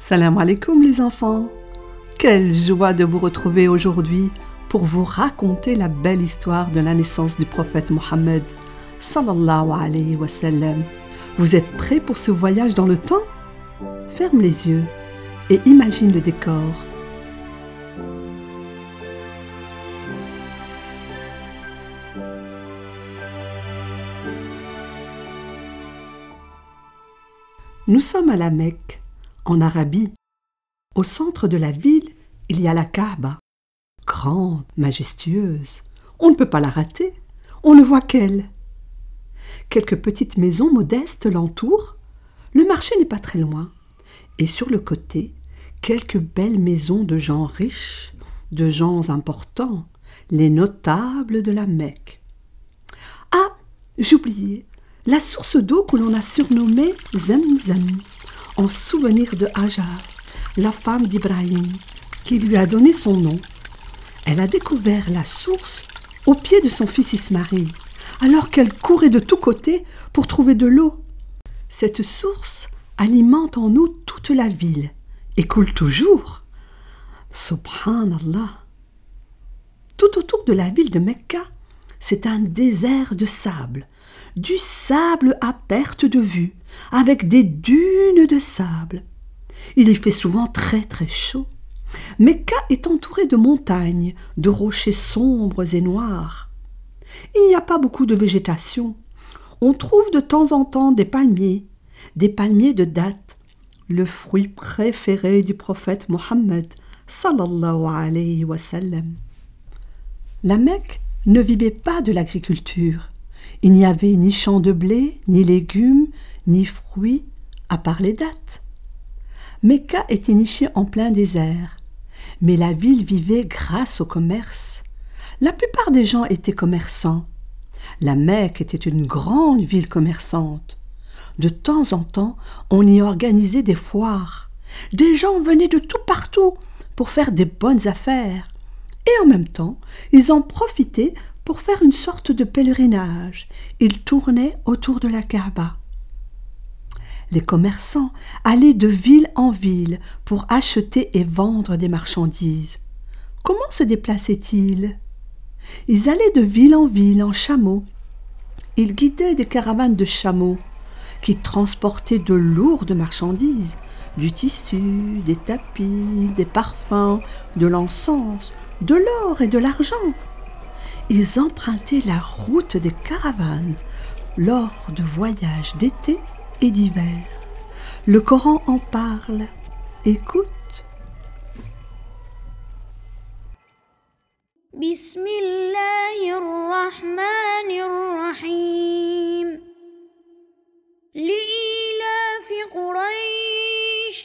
Salam alaikum les enfants. Quelle joie de vous retrouver aujourd'hui pour vous raconter la belle histoire de la naissance du prophète Mohammed sallallahu alayhi wa sallam. Vous êtes prêts pour ce voyage dans le temps? Ferme les yeux et imagine le décor. Nous sommes à la Mecque, en Arabie. Au centre de la ville, il y a la Kaaba, grande, majestueuse. On ne peut pas la rater, on ne voit qu'elle. Quelques petites maisons modestes l'entourent. Le marché n'est pas très loin. Et sur le côté, quelques belles maisons de gens riches, de gens importants, les notables de la Mecque. Ah, j'oubliais, la source d'eau que l'on a surnommée Zamzam, en souvenir de Hajar, la femme d'Ibrahim, qui lui a donné son nom. Elle a découvert la source au pied de son fils Ismaïl, alors qu'elle courait de tous côtés pour trouver de l'eau. Cette source alimente en eau toute la ville et coule toujours. Subhanallah. Tout autour de la ville de Mecca, c'est un désert de sable, du sable à perte de vue, avec des dunes de sable. Il y fait souvent très très chaud. Mecca est entouré de montagnes, de rochers sombres et noirs. Il n'y a pas beaucoup de végétation. On trouve de temps en temps des palmiers de dattes, le fruit préféré du prophète Mohammed sallallahu alayhi wa sallam. La Mecque ne vivait pas de l'agriculture. Il n'y avait ni champs de blé, ni légumes, ni fruits, à part les dattes. Mecca était nichée en plein désert, mais la ville vivait grâce au commerce. La plupart des gens étaient commerçants. La Mecque était une grande ville commerçante. De temps en temps, on y organisait des foires. Des gens venaient de tout partout pour faire des bonnes affaires. Et en même temps, ils en profitaient pour faire une sorte de pèlerinage. Ils tournaient autour de la Kaaba. Les commerçants allaient de ville en ville pour acheter et vendre des marchandises. Comment se déplaçaient-ils? Ils allaient de ville en chameau. Ils guidaient des caravanes de chameaux qui transportaient de lourdes marchandises, du tissu, des tapis, des parfums, de l'encens, de l'or et de l'argent. Ils empruntaient la route des caravanes lors de voyages d'été et d'hiver. Le Coran en parle. Écoute. Bismillahirrahmanirrahim. لإيلاف قريش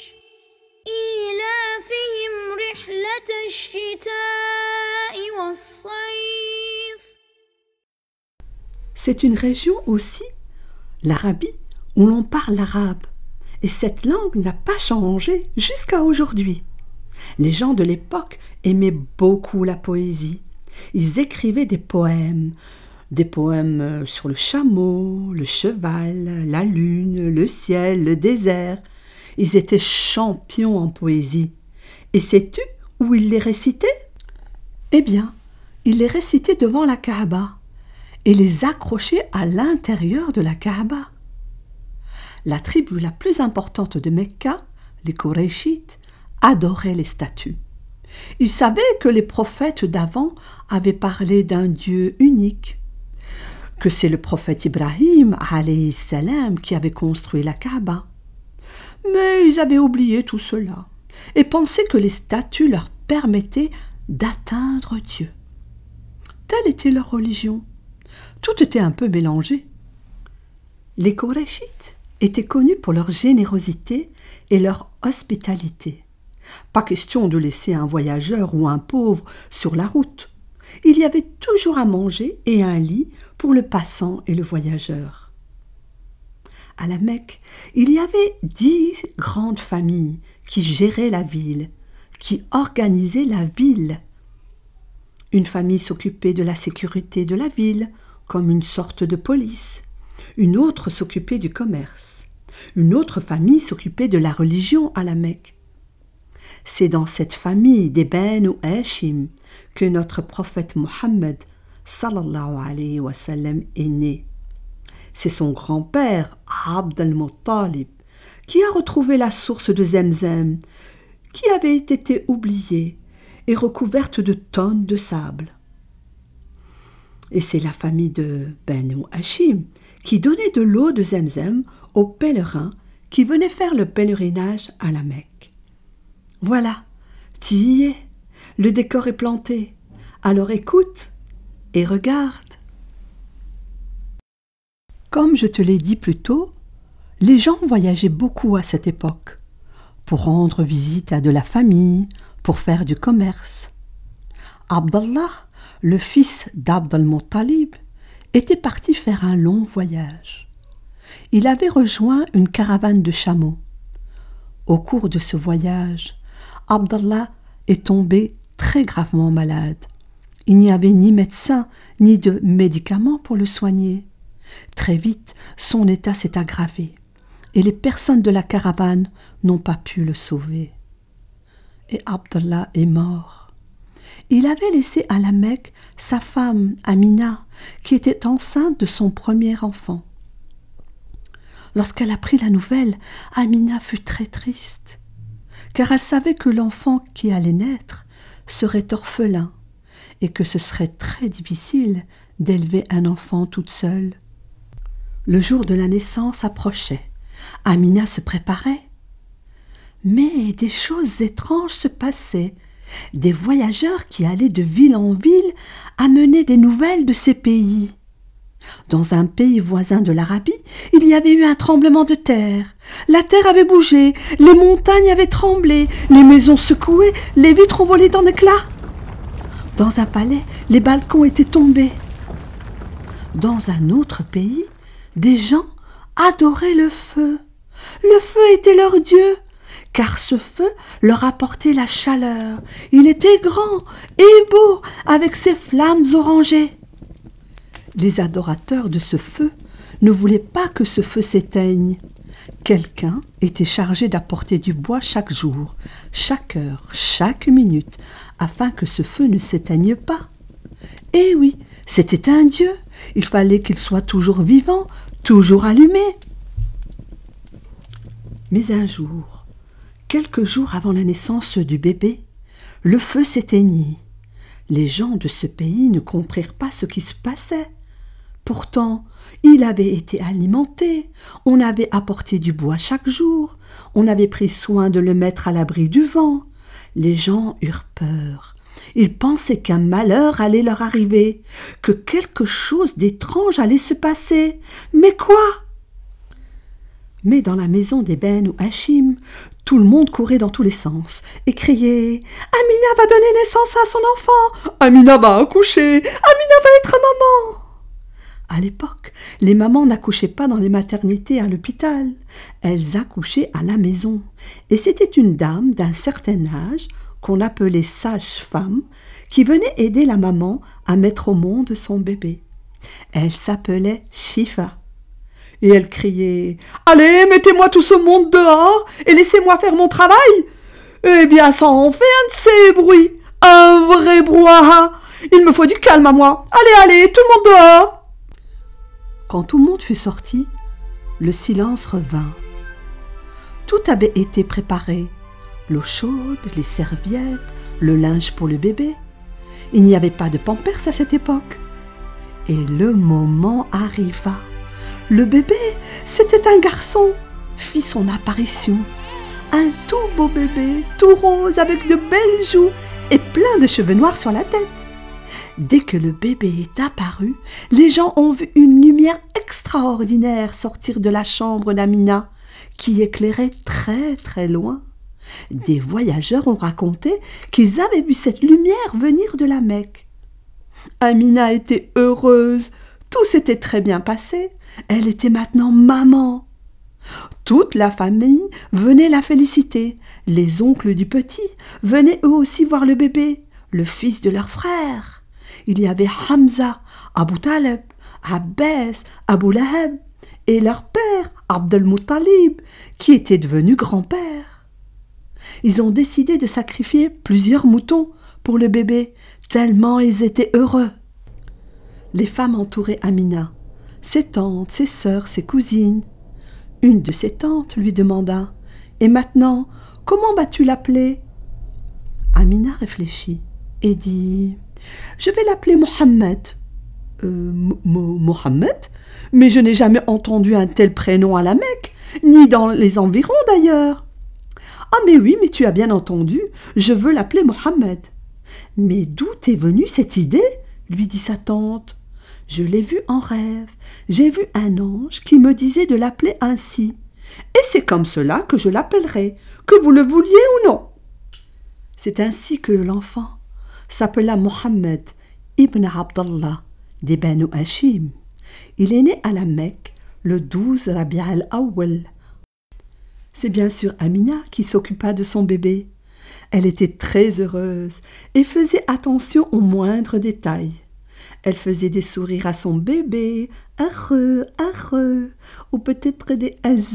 إيلافهم رحلة الشتاء والصيف. C'est une région aussi, l'Arabie, où l'on parle l'arabe. Et cette langue n'a pas changé jusqu'à aujourd'hui. Les gens de l'époque aimaient beaucoup la poésie. Ils écrivaient des poèmes sur le chameau, le cheval, la lune, le ciel, le désert. Ils étaient champions en poésie. Et sais-tu où ils les récitaient? Eh bien, ils les récitaient devant la Kaaba et les accrochaient à l'intérieur de la Kaaba. La tribu la plus importante de Mecca, les Korachites, adoraient les statues. Ils savaient que les prophètes d'avant avaient parlé d'un Dieu unique, que c'est le prophète Ibrahim alayhi salam qui avait construit la Kaaba. Mais ils avaient oublié tout cela et pensaient que les statues leur permettaient d'atteindre Dieu. Telle était leur religion. Tout était un peu mélangé. Les Korachites étaient connus pour leur générosité et leur hospitalité. Pas question de laisser un voyageur ou un pauvre sur la route. Il y avait toujours à manger et un lit pour le passant et le voyageur. À la Mecque, il y avait 10 grandes familles qui géraient la ville, qui organisaient la ville. Une famille s'occupait de la sécurité de la ville, comme une sorte de police. Une autre s'occupait du commerce. Une autre famille s'occupait de la religion à la Mecque. C'est dans cette famille des Banu Hashim que notre prophète Mohammed sallallahu alayhi wa sallam est né. C'est son grand-père, Abd al-Muttalib, qui a retrouvé la source de Zemzem, qui avait été oubliée et recouverte de tonnes de sable. Et c'est la famille de Banu Hashim qui donnait de l'eau de Zemzem aux pèlerins qui venaient faire le pèlerinage à la Mecque. Voilà, tu y es, le décor est planté, alors écoute et regarde. Comme je te l'ai dit plus tôt, les gens voyageaient beaucoup à cette époque, pour rendre visite à de la famille, pour faire du commerce. Abdallah, le fils d'Abd al-Muttalib, était parti faire un long voyage. Il avait rejoint une caravane de chameaux. Au cours de ce voyage, Abdallah est tombé très gravement malade. Il n'y avait ni médecin ni de médicaments pour le soigner. Très vite, son état s'est aggravé et les personnes de la caravane n'ont pas pu le sauver. Et Abdallah est mort. Il avait laissé à la Mecque sa femme Amina, qui était enceinte de son premier enfant. Lorsqu'elle apprit la nouvelle, Amina fut très triste, car elle savait que l'enfant qui allait naître serait orphelin et que ce serait très difficile d'élever un enfant toute seule. Le jour de la naissance approchait. Amina se préparait. Mais des choses étranges se passaient. Des voyageurs qui allaient de ville en ville amenaient des nouvelles de ces pays. Dans un pays voisin de l'Arabie, il y avait eu un tremblement de terre. La terre avait bougé, les montagnes avaient tremblé, les maisons secouées, les vitres ont volé en éclats. Dans un palais, les balcons étaient tombés. Dans un autre pays, des gens adoraient le feu. Le feu était leur dieu, car ce feu leur apportait la chaleur. Il était grand et beau, avec ses flammes orangées. Les adorateurs de ce feu ne voulaient pas que ce feu s'éteigne. Quelqu'un était chargé d'apporter du bois chaque jour, chaque heure, chaque minute, afin que ce feu ne s'éteigne pas. Eh oui, c'était un dieu. Il fallait qu'il soit toujours vivant, toujours allumé. Mais un jour, quelques jours avant la naissance du bébé, le feu s'éteignit. Les gens de ce pays ne comprirent pas ce qui se passait. Pourtant, il avait été alimenté, on avait apporté du bois chaque jour, on avait pris soin de le mettre à l'abri du vent. Les gens eurent peur. Ils pensaient qu'un malheur allait leur arriver, que quelque chose d'étrange allait se passer. Mais quoi ? Mais dans la maison des Banu Hashim, tout le monde courait dans tous les sens et criait « Amina va donner naissance à son enfant! Amina va accoucher! Amina va être maman !» À l'époque, les mamans n'accouchaient pas dans les maternités à l'hôpital. Elles accouchaient à la maison. Et c'était une dame d'un certain âge, qu'on appelait sage-femme, qui venait aider la maman à mettre au monde son bébé. Elle s'appelait Shifa. Et elle criait « Allez, mettez-moi tout ce monde dehors et laissez-moi faire mon travail !» Eh bien, ça en fait un de ces bruits, un vrai brouhaha. Il me faut du calme à moi. Allez, allez, tout le monde dehors !» Quand tout le monde fut sorti, le silence revint. Tout avait été préparé. L'eau chaude, les serviettes, le linge pour le bébé. Il n'y avait pas de pampers à cette époque. Et le moment arriva. Le bébé, c'était un garçon, fit son apparition. Un tout beau bébé, tout rose, avec de belles joues et plein de cheveux noirs sur la tête. Dès que le bébé est apparu, les gens ont vu une lumière extraordinaire sortir de la chambre d'Amina, qui éclairait très très loin. Des voyageurs ont raconté qu'ils avaient vu cette lumière venir de la Mecque. Amina était heureuse, tout s'était très bien passé, elle était maintenant maman. Toute la famille venait la féliciter, les oncles du petit venaient eux aussi voir le bébé, le fils de leur frère. Il y avait Hamza, Abu Talib, Abbas, Abu Lahab et leur père, Abd al-Muttalib, qui était devenu grand-père. Ils ont décidé de sacrifier plusieurs moutons pour le bébé, tellement ils étaient heureux. Les femmes entouraient Amina, ses tantes, ses sœurs, ses cousines. Une de ses tantes lui demanda « Et maintenant, comment vas-tu l'appeler » Amina réfléchit et dit « Je vais l'appeler Mohammed. » Mohammed ? Mais je n'ai jamais entendu un tel prénom à la Mecque, ni dans les environs d'ailleurs. Ah mais oui, mais tu as bien entendu, je veux l'appeler Mohammed. Mais d'où t'est venue cette idée ? Lui dit sa tante. Je l'ai vu en rêve. J'ai vu un ange qui me disait de l'appeler ainsi. Et c'est comme cela que je l'appellerai, que vous le vouliez ou non. C'est ainsi que l'enfant s'appela Mohammed ibn Abdallah des Banu Hashim. Il est né à la Mecque le 12 Rabi' al-Awwal. C'est bien sûr Amina qui s'occupa de son bébé. Elle était très heureuse et faisait attention aux moindres détails. Elle faisait des sourires à son bébé, heureux, ou peut-être des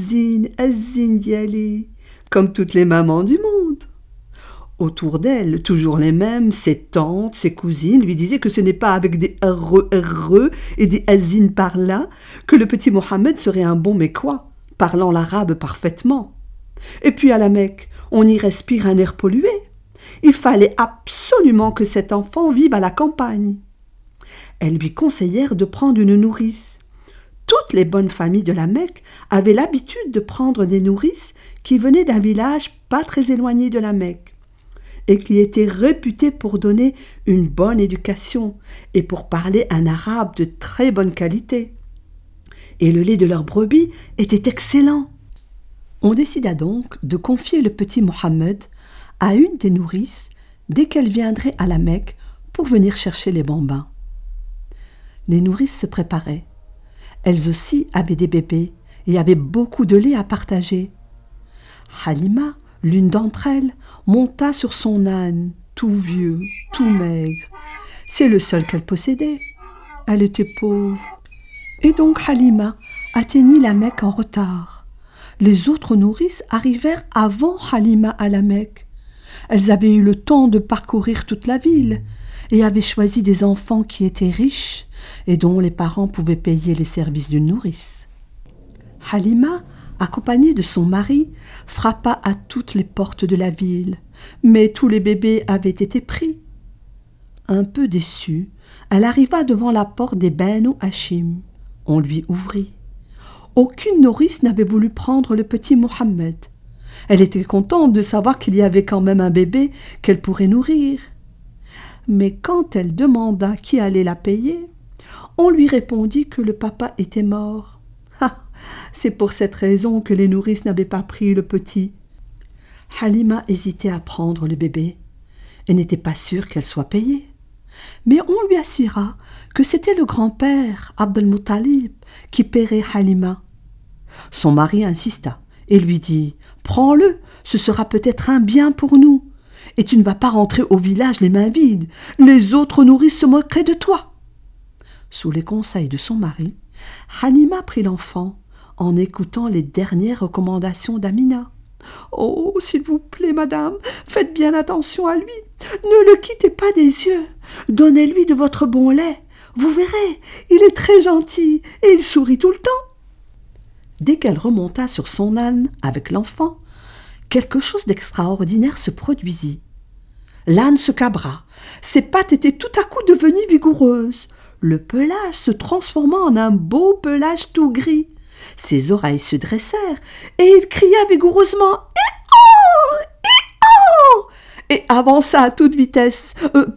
azines d'y aller, comme toutes les mamans du monde. Autour d'elle, toujours les mêmes, ses tantes, ses cousines lui disaient que ce n'est pas avec des heureux et des azines par là que le petit Mohammed serait un bon Mécois, parlant l'arabe parfaitement. Et puis à la Mecque, on y respire un air pollué. Il fallait absolument que cet enfant vive à la campagne. Elles lui conseillèrent de prendre une nourrice. Toutes les bonnes familles de la Mecque avaient l'habitude de prendre des nourrices qui venaient d'un village pas très éloigné de la Mecque et qui étaient réputés pour donner une bonne éducation et pour parler un arabe de très bonne qualité. Et le lait de leurs brebis était excellent. On décida donc de confier le petit Mohammed à une des nourrices dès qu'elle viendrait à la Mecque pour venir chercher les bambins. Les nourrices se préparaient. Elles aussi avaient des bébés et avaient beaucoup de lait à partager. Halima, l'une d'entre elles, monta sur son âne, tout vieux, tout maigre. C'est le seul qu'elle possédait. Elle était pauvre. Et donc Halima atteignit la Mecque en retard. Les autres nourrices arrivèrent avant Halima à la Mecque. Elles avaient eu le temps de parcourir toute la ville et avaient choisi des enfants qui étaient riches et dont les parents pouvaient payer les services d'une nourrice. Halima, accompagnée de son mari, frappa à toutes les portes de la ville, mais tous les bébés avaient été pris. Un peu déçue, elle arriva devant la porte des Banu Hashim. On lui ouvrit. Aucune nourrice n'avait voulu prendre le petit Mohammed. Elle était contente de savoir qu'il y avait quand même un bébé qu'elle pourrait nourrir. Mais quand elle demanda qui allait la payer, on lui répondit que le papa était mort. Ah, c'est pour cette raison que les nourrices n'avaient pas pris le petit. Halima hésitait à prendre le bébé et n'était pas sûre qu'elle soit payée. Mais on lui assura que c'était le grand-père, Abd al-Muttalib, qui paierait Halima. Son mari insista et lui dit « Prends-le, ce sera peut-être un bien pour nous. Et tu ne vas pas rentrer au village les mains vides. Les autres nourrices se moqueraient de toi. » Sous les conseils de son mari, Halima prit l'enfant en écoutant les dernières recommandations d'Amina. « Oh, s'il vous plaît, madame, faites bien attention à lui. Ne le quittez pas des yeux. Donnez-lui de votre bon lait. Vous verrez, il est très gentil et il sourit tout le temps. » Dès qu'elle remonta sur son âne avec l'enfant, quelque chose d'extraordinaire se produisit. L'âne se cabra. Ses pattes étaient tout à coup devenues vigoureuses. Le pelage se transforma en un beau pelage tout gris. Ses oreilles se dressèrent et il cria vigoureusement « Hi-oh! Hi-oh !» et avança à toute vitesse.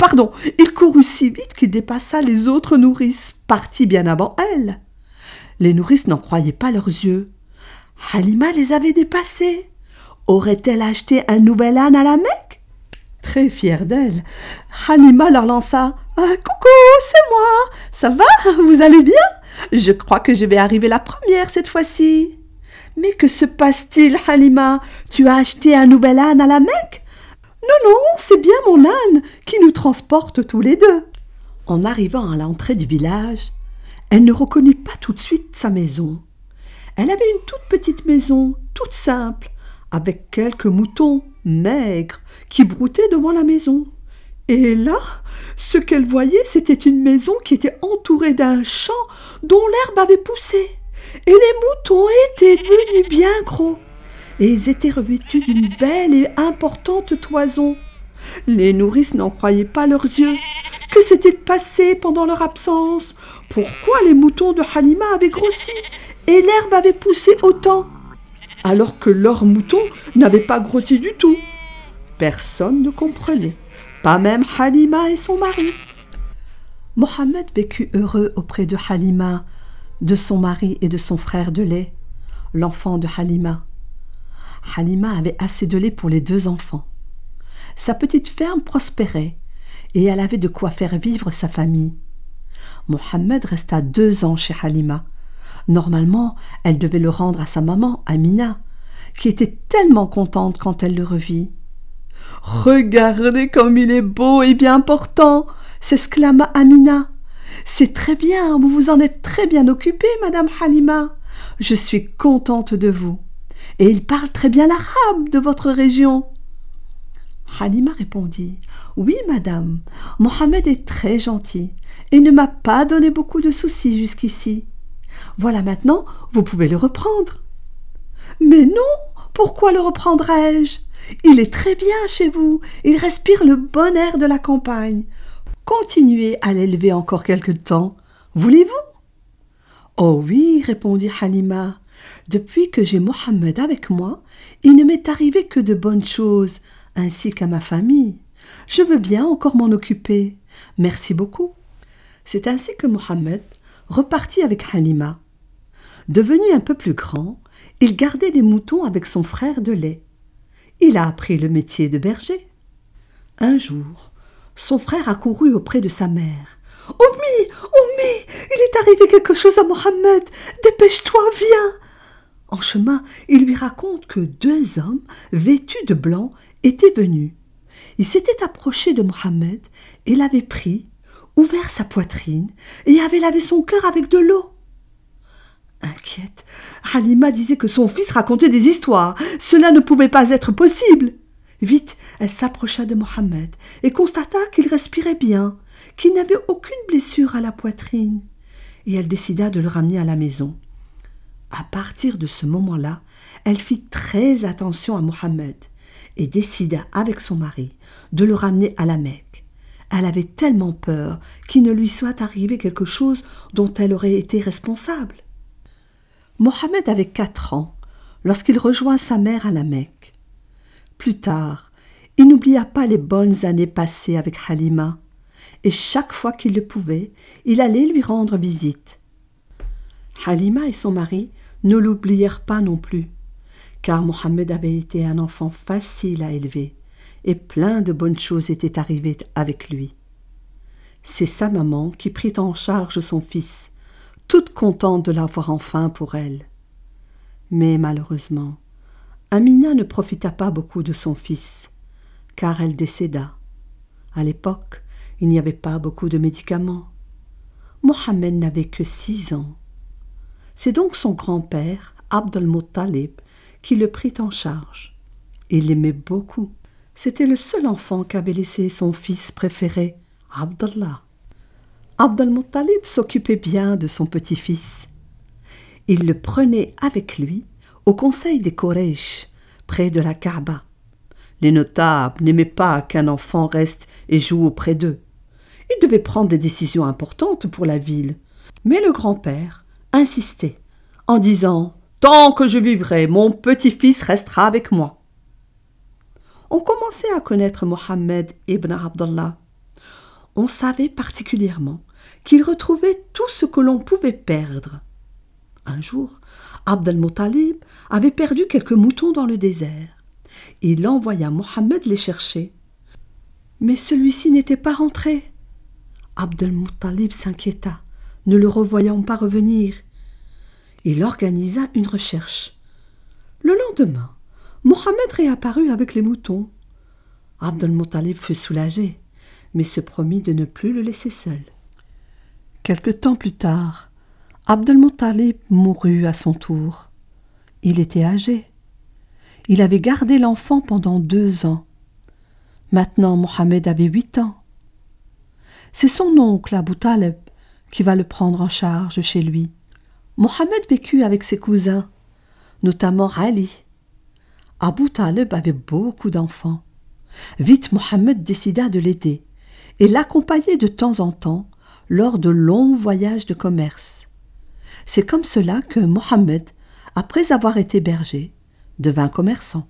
Il courut si vite qu'il dépassa les autres nourrices, parties bien avant elle. Les nourrices n'en croyaient pas leurs yeux. Halima les avait dépassées. Aurait-elle acheté un nouvel âne à la Mecque? Très fière d'elle, Halima leur lança « Coucou, c'est moi. Ça va? Vous allez bien? Je crois que je vais arriver la première cette fois-ci. »« Mais que se passe-t-il, Halima? Tu as acheté un nouvel âne à la Mecque? »« Non, c'est bien mon âne qui nous transporte tous les deux. » En arrivant à l'entrée du village, elle ne reconnut pas tout de suite sa maison. Elle avait une toute petite maison, toute simple, avec quelques moutons maigre, qui broutait devant la maison. Et là, ce qu'elle voyait, c'était une maison qui était entourée d'un champ dont l'herbe avait poussé. Et les moutons étaient devenus bien gros. Et ils étaient revêtus d'une belle et importante toison. Les nourrices n'en croyaient pas leurs yeux. Que s'est-il passé pendant leur absence? Pourquoi les moutons de Halima avaient grossi et l'herbe avait poussé autant, alors que leurs moutons n'avaient pas grossi du tout? Personne ne comprenait, pas même Halima et son mari. Mohammed vécut heureux auprès de Halima, de son mari et de son frère de lait, l'enfant de Halima. Halima avait assez de lait pour les 2 enfants. Sa petite ferme prospérait et elle avait de quoi faire vivre sa famille. Mohammed resta 2 ans chez Halima. Normalement, elle devait le rendre à sa maman, Amina, qui était tellement contente quand elle le revit. « Regardez comme il est beau et bien portant !» s'exclama Amina. « C'est très bien, vous vous en êtes très bien occupée, Madame Halima. Je suis contente de vous. Et il parle très bien l'arabe de votre région. » Halima répondit « Oui, madame, Mohammed est très gentil et ne m'a pas donné beaucoup de soucis jusqu'ici. Voilà maintenant, vous pouvez le reprendre. »« Mais non, pourquoi le reprendrais-je? Il est très bien chez vous, il respire le bon air de la campagne. Continuez à l'élever encore quelque temps, voulez-vous ?»« Oh oui, répondit Halima, depuis que j'ai Mohammed avec moi, il ne m'est arrivé que de bonnes choses, ainsi qu'à ma famille. Je veux bien encore m'en occuper. Merci beaucoup. » C'est ainsi que Mohammed repartit avec Halima. Devenu un peu plus grand, il gardait les moutons avec son frère de lait. Il a appris le métier de berger. Un jour, son frère accourut auprès de sa mère. « Ommi, Ommi, il est arrivé quelque chose à Mohammed. Dépêche-toi, viens !» En chemin, il lui raconte que 2 hommes, vêtus de blanc, étaient venus. Ils s'étaient approchés de Mohammed et l'avaient pris, ouvert sa poitrine et avaient lavé son cœur avec de l'eau. Inquiète, Halima disait que son fils racontait des histoires. Cela ne pouvait pas être possible. Vite, elle s'approcha de Mohammed et constata qu'il respirait bien, qu'il n'avait aucune blessure à la poitrine. Et elle décida de le ramener à la maison. À partir de ce moment-là, elle fit très attention à Mohammed et décida avec son mari de le ramener à la Mecque. Elle avait tellement peur qu'il ne lui soit arrivé quelque chose dont elle aurait été responsable. Mohammed avait 4 ans lorsqu'il rejoint sa mère à la Mecque. Plus tard, il n'oublia pas les bonnes années passées avec Halima et chaque fois qu'il le pouvait, il allait lui rendre visite. Halima et son mari ne l'oublièrent pas non plus, car Mohammed avait été un enfant facile à élever et plein de bonnes choses étaient arrivées avec lui. C'est sa maman qui prit en charge son fils, toute contente de l'avoir enfin pour elle. Mais malheureusement, Amina ne profita pas beaucoup de son fils, car elle décéda. À l'époque, il n'y avait pas beaucoup de médicaments. Mohammed n'avait que 6 ans. C'est donc son grand-père, Abd al-Muttalib, qui le prit en charge. Il l'aimait beaucoup. C'était le seul enfant qu'avait laissé son fils préféré, Abdallah. Abd al-Muttalib s'occupait bien de son petit-fils. Il le prenait avec lui au conseil des Quraysh, près de la Kaaba. Les notables n'aimaient pas qu'un enfant reste et joue auprès d'eux. Il devait prendre des décisions importantes pour la ville. Mais le grand-père insistait en disant « Tant que je vivrai, mon petit-fils restera avec moi. » On commençait à connaître Mohammed ibn Abdallah. On savait particulièrement qu'il retrouvait tout ce que l'on pouvait perdre. Un jour, Abd al-Muttalib avait perdu quelques moutons dans le désert. Il envoya Mohammed les chercher. Mais celui-ci n'était pas rentré. Abd al-Muttalib s'inquiéta, ne le revoyant pas revenir. Il organisa une recherche. Le lendemain, Mohammed réapparut avec les moutons. Abd al-Muttalib fut soulagé, mais se promit de ne plus le laisser seul. Quelque temps plus tard, Abd al-Muttalib mourut à son tour. Il était âgé. Il avait gardé l'enfant pendant 2 ans. Maintenant, Mohammed avait 8 ans. C'est son oncle, Abu Talib, qui va le prendre en charge chez lui. Mohammed vécut avec ses cousins, notamment Ali. Abu Talib avait beaucoup d'enfants. Vite, Mohammed décida de l'aider et l'accompagnait de temps en temps lors de longs voyages de commerce. C'est comme cela que Mohammed, après avoir été berger, devint commerçant.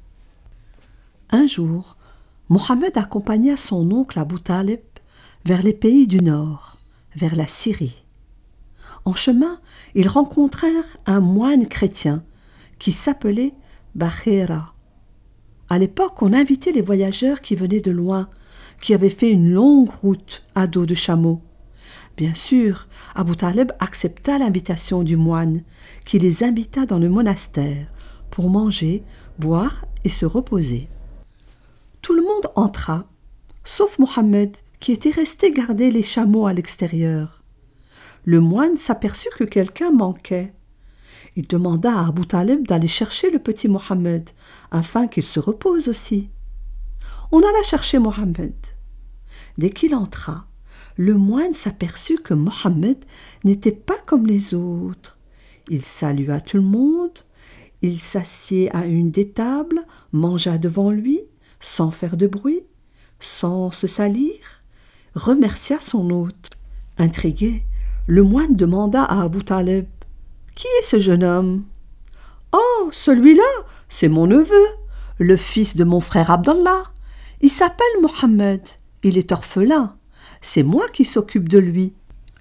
Un jour, Mohammed accompagna son oncle Abu Talib vers les pays du Nord, vers la Syrie. En chemin, ils rencontrèrent un moine chrétien qui s'appelait Bahira. À l'époque, on invitait les voyageurs qui venaient de loin, qui avaient fait une longue route à dos de chameau. Bien sûr, Abu Talib accepta l'invitation du moine, qui les invita dans le monastère pour manger, boire et se reposer. Tout le monde entra, sauf Mohammed, qui était resté garder les chameaux à l'extérieur. Le moine s'aperçut que quelqu'un manquait. Il demanda à Abu Talib d'aller chercher le petit Mohammed, afin qu'il se repose aussi. On alla chercher Mohammed. Dès qu'il entra, le moine s'aperçut que Mohammed n'était pas comme les autres. Il salua tout le monde, il s'assied à une des tables, mangea devant lui, sans faire de bruit, sans se salir, remercia son hôte. Intrigué, le moine demanda à Abu Talib « Qui est ce jeune homme ?»« Oh, celui-là, c'est mon neveu, le fils de mon frère Abdallah. Il s'appelle Mohammed, il est orphelin. C'est moi qui s'occupe de lui. »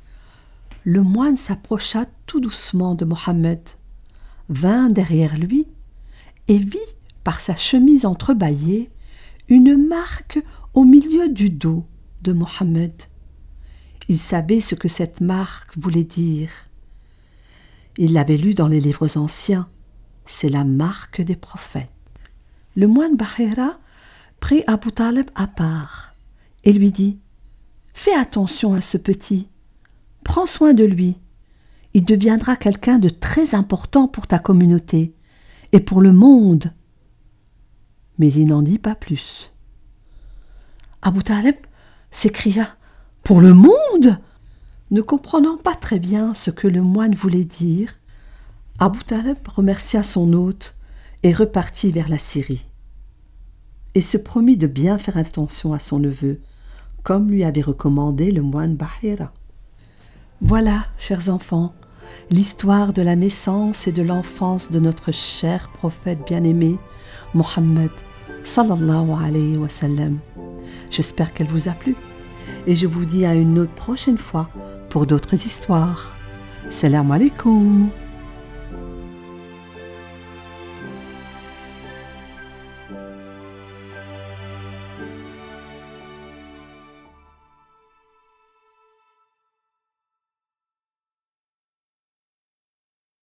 Le moine s'approcha tout doucement de Mohammed, vint derrière lui et vit par sa chemise entrebâillée une marque au milieu du dos de Mohammed. Il savait ce que cette marque voulait dire. Il l'avait lu dans les livres anciens. C'est la marque des prophètes. Le moine Bahira prit Abu Talib à part et lui dit « Fais attention à ce petit, prends soin de lui. Il deviendra quelqu'un de très important pour ta communauté et pour le monde. » Mais il n'en dit pas plus. Abu Talib s'écria « Pour le monde ?» Ne comprenant pas très bien ce que le moine voulait dire, Abu Talib remercia son hôte et repartit vers la Syrie. Et se promit de bien faire attention à son neveu, comme lui avait recommandé le moine Bahira. Voilà, chers enfants, l'histoire de la naissance et de l'enfance de notre cher prophète bien-aimé, Mohammed, sallallahu alayhi wa sallam. J'espère qu'elle vous a plu et je vous dis à une autre prochaine fois pour d'autres histoires. Salam alaikum.